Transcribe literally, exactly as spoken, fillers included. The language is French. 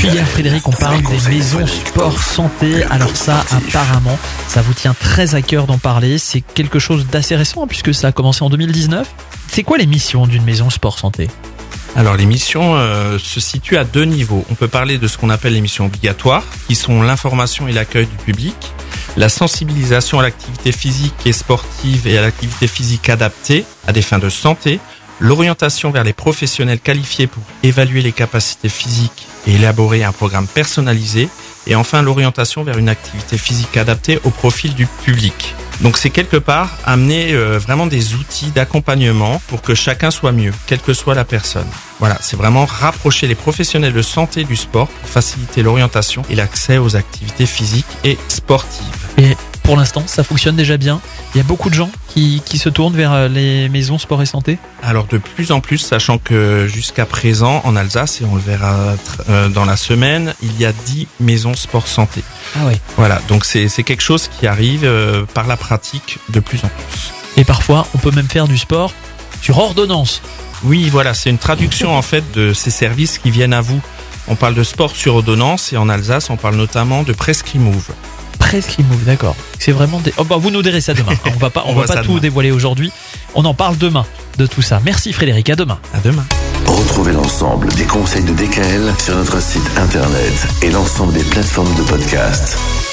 Depuis hier, Frédéric, on parle des maisons sport santé. Alors ça, apparemment, ça vous tient très à cœur d'en parler. C'est quelque chose d'assez récent puisque ça a commencé en deux mille dix-neuf. C'est quoi les missions d'une maison sport santé ? Alors les missions euh, se situent à deux niveaux. On peut parler de ce qu'on appelle les missions obligatoires, qui sont l'information et l'accueil du public, la sensibilisation à l'activité physique et sportive et à l'activité physique adaptée à des fins de santé, l'orientation vers les professionnels qualifiés pour évaluer les capacités physiques et élaborer un programme personnalisé, et enfin l'orientation vers une activité physique adaptée au profil du public. Donc c'est quelque part amener euh, vraiment des outils d'accompagnement pour que chacun soit mieux, quelle que soit la personne. Voilà, c'est vraiment rapprocher les professionnels de santé du sport pour faciliter l'orientation et l'accès aux activités physiques et sportives. Et pour l'instant, ça fonctionne déjà bien. Il y a beaucoup de gens qui, qui se tournent vers les maisons sport et santé. Alors de plus en plus, sachant que jusqu'à présent en Alsace, et on le verra euh, dans la semaine, il y a dix maisons sport santé. Ah ouais. Voilà, donc c'est, c'est quelque chose qui arrive euh, par la pratique de plus en plus. Et parfois, on peut même faire du sport sur ordonnance. Oui, voilà, c'est une traduction en fait de ces services qui viennent à vous. On parle de sport sur ordonnance et en Alsace, on parle notamment de Prescrimove. Prescrimove, d'accord. C'est vraiment des... oh bah vous nous direz ça demain. On va pas, on, on va pas tout demain. dévoiler aujourd'hui. On en parle demain de tout ça. Merci Frédéric, à demain. À demain. Retrouvez l'ensemble des conseils de D K L sur notre site internet et l'ensemble des plateformes de podcast.